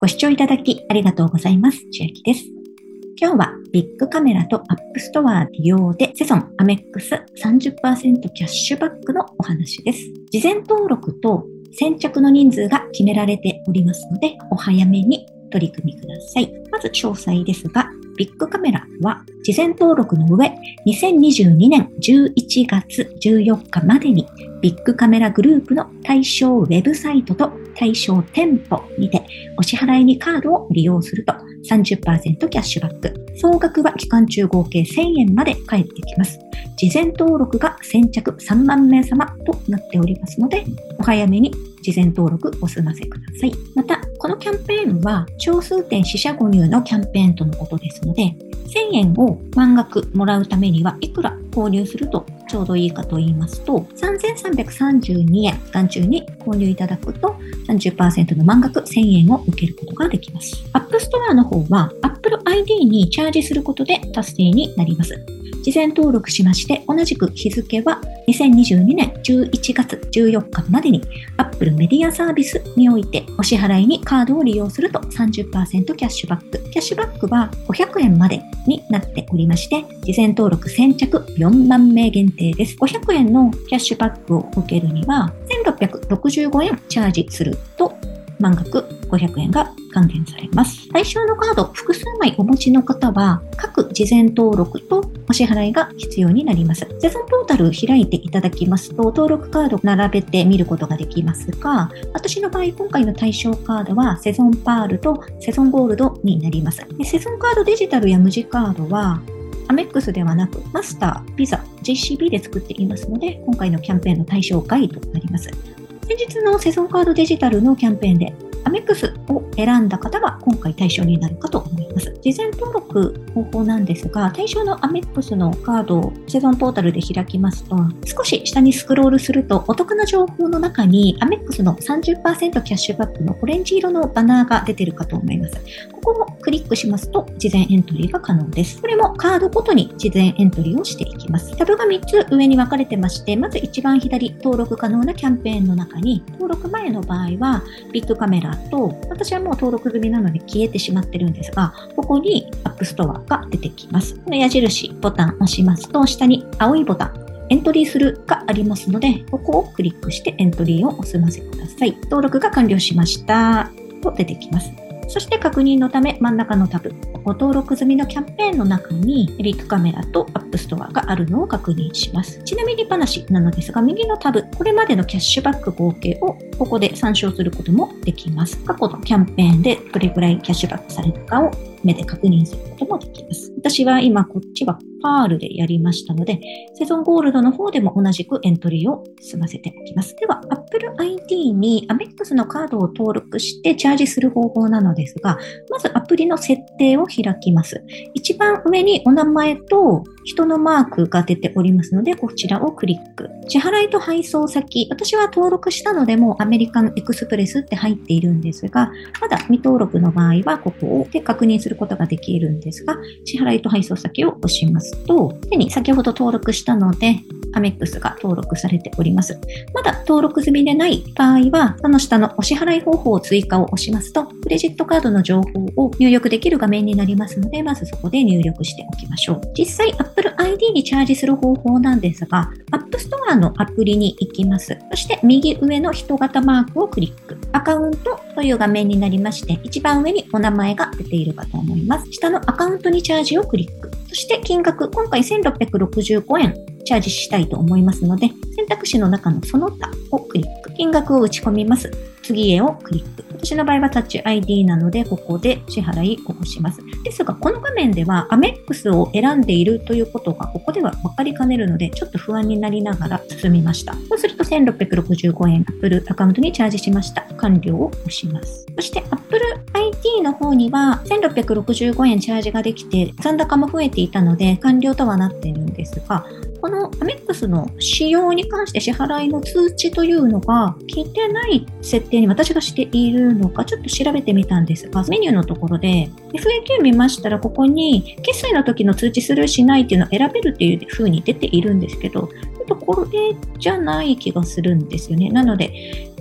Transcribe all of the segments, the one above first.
ご視聴いただきありがとうございます。千秋です。今日はビッグカメラとアップストア利用でセゾンアメックス 30% キャッシュバックのお話です。事前登録と先着の人数が決められておりますので、お早めに取り組みください。まず詳細ですが、ビッグカメラは事前登録の上、2022年11月14日までにビッグカメラグループの対象ウェブサイトと対象店舗にてお支払いにカードを利用すると 30% キャッシュバック。総額は期間中合計1000円まで返ってきます。事前登録が先着3万名様となっておりますので、お早めに事前登録お済ませください。また、このキャンペーンは少数点四捨五入のキャンペーンとのことですので、1000円を満額もらうためにはいくら購入するとちょうどいいかと言いますと、3332円期間中に購入いただくと 30% の満額1000円を受けることができます。App Store の方は Apple ID にチャージすることで達成になります。事前登録しまして、同じく日付は2022年11月14日までに Apple メディアサービスにおいてお支払いにカードを利用すると 30% キャッシュバック。キャッシュバックは500円までになっておりまして、事前登録先着4万名限定です。500円のキャッシュバックを受けるには1665円チャージすると満額500円が還元されます。対象のカード複数枚お持ちの方は各事前登録とお支払いが必要になります。セゾンポータルを開いていただきますと登録カードを並べて見ることができますが、私の場合今回の対象カードはセゾンパールとセゾンゴールドになります。セゾンカードデジタルや無地カードはアメックスではなくマスター、ビザ、JCB で作っていますので、今回のキャンペーンの対象外となります。先日のセゾンカードデジタルのキャンペーンでアメックスを選んだ方は今回対象になるかと思います。事前登録方法なんですが、対象のアメックスのカードをセゾンポータルで開きますと、少し下にスクロールするとお得な情報の中にアメックスの 30% キャッシュバックのオレンジ色のバナーが出ているかと思います。ここをクリックしますと事前エントリーが可能です。これもカードごとに事前エントリーをしていきます。タブが3つ上に分かれてまして、まず一番左登録可能なキャンペーンの中に、登録前の場合はビッグカメラと、私はもう登録済みなので消えてしまってるんですが、ここに App Store が出てきます。この矢印ボタンを押しますと、下に青いボタンエントリーするがありますので、ここをクリックしてエントリーをお済ませください。登録が完了しましたと出てきます。そして確認のため真ん中のタブ、ご登録済みのキャンペーンの中にビッグカメラと App Store があるのを確認します。ちなみに話なのですが、右のタブ、これまでのキャッシュバック合計をここで参照することもできます。過去のキャンペーンでどれくらいキャッシュバックされたかを目で確認することもできます。私は今こっちはパールでやりましたので、セゾンゴールドの方でも同じくエントリーを済ませておきます。では、Apple ID に Amex のカードを登録してチャージする方法なのですが、まずアプリの設定を開きます。一番上にお名前と人のマークが出ておりますので、こちらをクリック。支払いと配送先、私は登録したのでもうアメリカンエクスプレスって入っているんですが、まだ未登録の場合はここで確認することができるんですが、支払いと配送先を押しますと、手に先ほど登録したので、アメックスが登録されております。まだ登録済みでない場合は、その下のお支払い方法追加を押しますと、クレジットカードの情報を入力できる画面になりますので、まずそこで入力しておきましょう。実際 Apple ID にチャージする方法なんですが、App Store のアプリに行きます。そして右上の人型マークをクリック。アカウントという画面になりまして、一番上にお名前が出ているかと思います。下のアカウントにチャージをクリック。そして金額、今回1665円チャージしたいと思いますので、選択肢の中のその他をクリック。金額を打ち込みます。次へをクリック。私の場合はタッチ ID なので、ここで支払いを押します。ですが、この画面ではアメックスを選んでいるということがここでは分かりかねるので、ちょっと不安になりながら進みました。そうすると1665円 Apple アカウントにチャージしました。完了を押します。そして Apple ID の方には1665円チャージができて、残高も増えていたので完了とはなっているんですが、このアメックスの使用に関して支払いの通知というのが聞いてない設定に私がしているのかちょっと調べてみたんですが、メニューのところで FAQ 見ましたらここに決済の時の通知するしないっていうのを選べるっていう風に出ているんですけど、ちょっとこれじゃない気がするんですよね。なので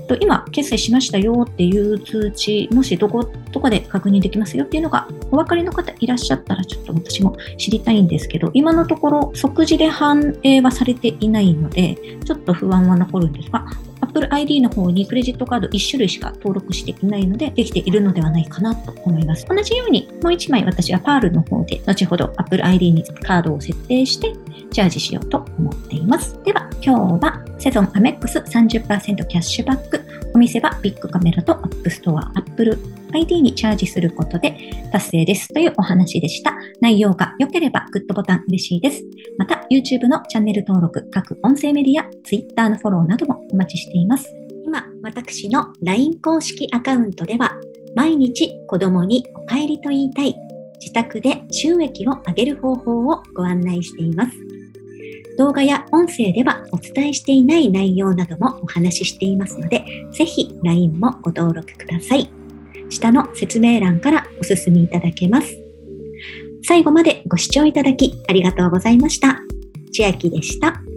今決済しましたよっていう通知、もしどこで確認できますよっていうのがお分かりの方いらっしゃったら、ちょっと私も知りたいんですけど、今のところ即時で反映はされていないので、ちょっと不安は残るんですが、Apple ID の方にクレジットカード1種類しか登録していないので、できているのではないかなと思います。同じようにもう1枚私はパールの方で後ほど Apple ID にカードを設定してチャージしようと思っています。では今日はセゾンアメックス 30% キャッシュバック、お店はビッグカメラと App Store、Apple ID にチャージすることで達成ですというお話でした。内容が良ければグッドボタン嬉しいです。また YouTube のチャンネル登録、各音声メディア、Twitter のフォローなどもお待ちしています。今、私の LINE 公式アカウントでは毎日子供にお帰りと言いたい、自宅で収益を上げる方法をご案内しています。動画や音声ではお伝えしていない内容などもお話ししていますので、ぜひ LINE もご登録ください。下の説明欄からお進みいただけます。最後までご視聴いただきありがとうございました。千秋でした。